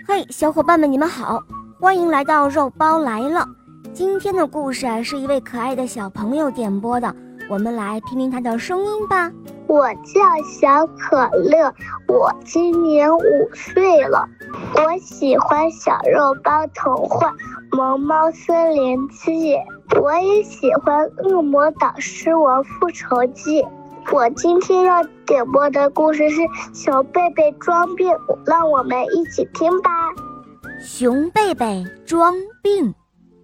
嘿，小伙伴们，你们好，欢迎来到肉包来了。今天的故事是一位可爱的小朋友点播的，我们来听听他的声音吧。 我叫小可乐，我今年5岁了。我喜欢小肉包童话《萌猫森林记》，我也喜欢《恶魔岛狮王复仇记》。我今天要点播的故事是熊贝贝装病，让我们一起听吧。 熊贝贝装病。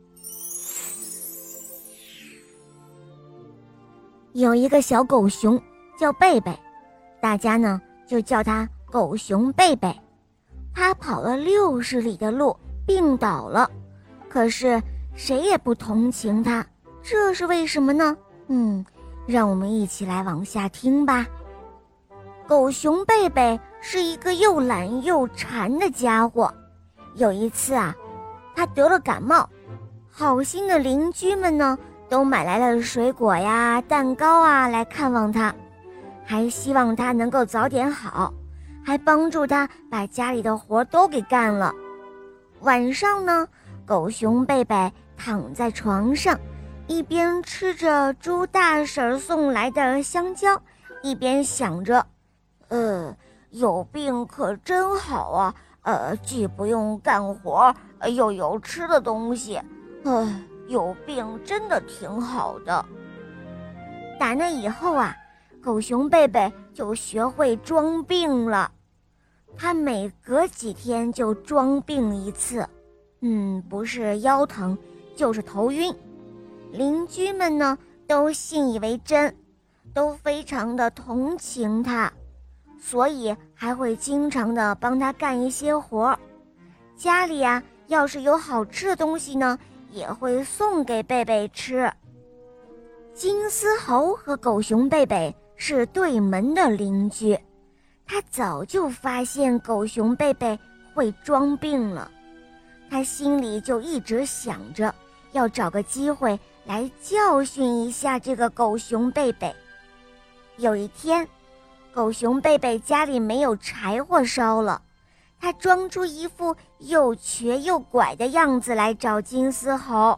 有一个小狗熊叫贝贝，大家呢就叫它狗熊贝贝。它跑了60里的路，病倒了，可是谁也不同情它，这是为什么呢？让我们一起来往下听吧。狗熊贝贝是一个又懒又馋的家伙。有一次啊，他得了感冒，好心的邻居们呢都买来了水果呀、蛋糕啊来看望他，还希望他能够早点好，还帮助他把家里的活都给干了。晚上呢，狗熊贝贝躺在床上，一边吃着猪大婶送来的香蕉，一边想着，有病可真好啊，既不用干活，又有吃的东西，有病真的挺好的。打那以后啊，狗熊贝贝就学会装病了。他每隔几天就装病一次，不是腰疼就是头晕。邻居们呢都信以为真，都非常的同情他，所以还会经常的帮他干一些活。家里啊，要是有好吃的东西呢，也会送给贝贝吃。金丝猴和狗熊贝贝是对门的邻居，他早就发现狗熊贝贝会装病了，他心里就一直想着要找个机会来教训一下这个狗熊贝贝。有一天，狗熊贝贝家里没有柴火烧了，他装出一副又瘸又拐的样子来找金丝猴。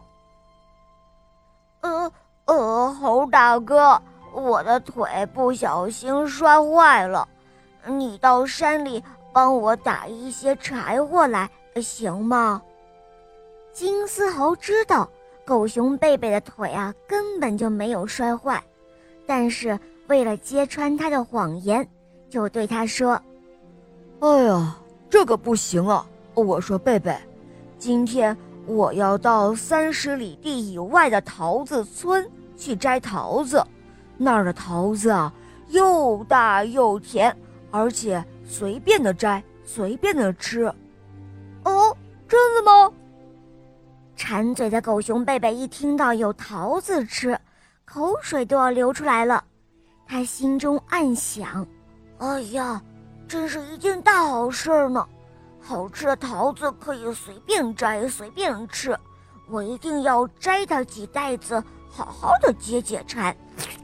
猴大哥，我的腿不小心摔坏了，你到山里帮我打一些柴火来，行吗？金丝猴知道狗熊贝贝的腿啊根本就没有摔坏，但是为了揭穿他的谎言，就对他说： 哎呀，这个不行啊！我说贝贝，今天我要到30里地以外的桃子村去摘桃子，那儿的桃子啊又大又甜，而且随便的摘，随便的吃。哦，真的吗？ 馋嘴的狗熊贝贝一听到有桃子吃，口水都要流出来了。他心中暗想：哎呀，真是一件大好事呢！好吃的桃子可以随便摘随便吃，我一定要摘它几袋子，好好的解解馋。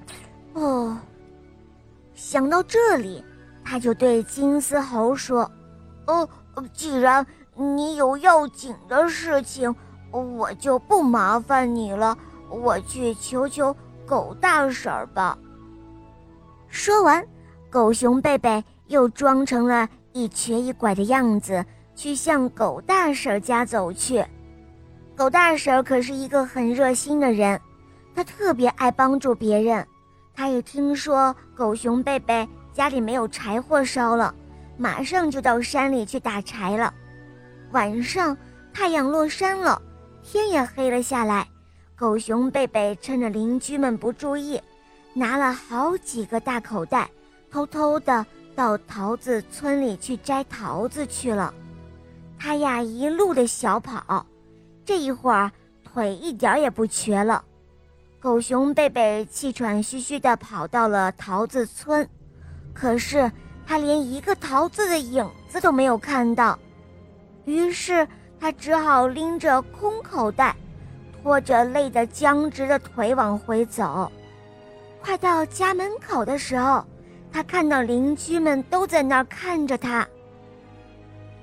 想到这里，他就对金丝猴说：既然你有要紧的事情，我就不麻烦你了，我去求求狗大婶儿吧。说完，狗熊贝贝又装成了一瘸一拐的样子，去向狗大婶家走去。狗大婶可是一个很热心的人，她特别爱帮助别人。她一听说狗熊贝贝家里没有柴火烧了，马上就到山里去打柴了。晚上太阳落山了，天也黑了下来，狗熊贝贝趁着邻居们不注意，拿了好几个大口袋，偷偷的到桃子村里去摘桃子去了。他呀一路的小跑，这一会儿腿一点也不瘸了。狗熊贝贝气喘吁吁地跑到了桃子村，可是他连一个桃子的影子都没有看到。于是他只好拎着空口袋，拖着累得僵直的腿往回走。快到家门口的时候，他看到邻居们都在那儿看着他。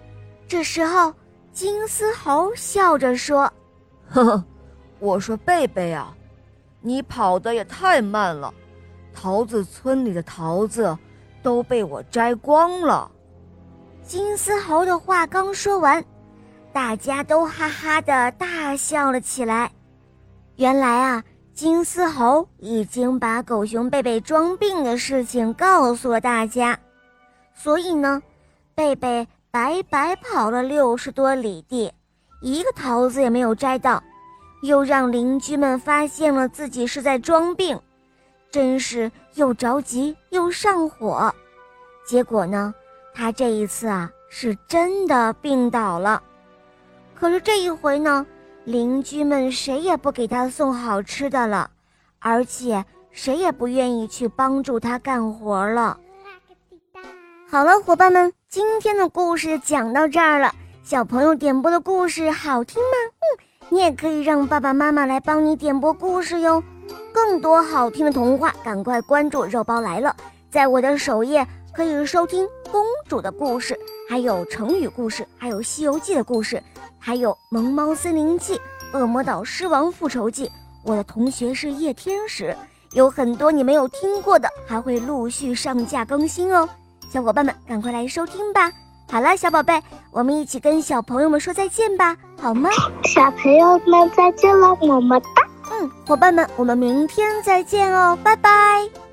这时候，金丝猴笑着说：“ 呵呵，我说贝贝啊，你跑得也太慢了，桃子村里的桃子都被我摘光了。” 金丝猴的话刚说完，大家都哈哈地大笑了起来。原来啊，金丝猴已经把狗熊贝贝装病的事情告诉了大家，所以呢，贝贝白白跑了60多里地，一个桃子也没有摘到，又让邻居们发现了自己是在装病，真是又着急又上火。结果呢，他这一次啊是真的病倒了。可是这一回呢，邻居们谁也不给他送好吃的了，而且谁也不愿意去帮助他干活了。好了，伙伴们，今天的故事讲到这儿了。小朋友点播的故事好听吗？你也可以让爸爸妈妈来帮你点播故事哟。更多好听的童话，赶快关注肉包来了。在我的首页可以收听公主的故事，还有成语故事，还有西游记的故事，还有萌猫森林记、恶魔岛狮王复仇记，我的同学是夜天使，有很多你没有听过的，还会陆续上架更新哦。小伙伴们赶快来收听吧。好了，小宝贝，我们一起跟小朋友们说再见吧，好吗？ 小朋友们再见了，么么哒。 伙伴们，我们明天再见哦，拜拜。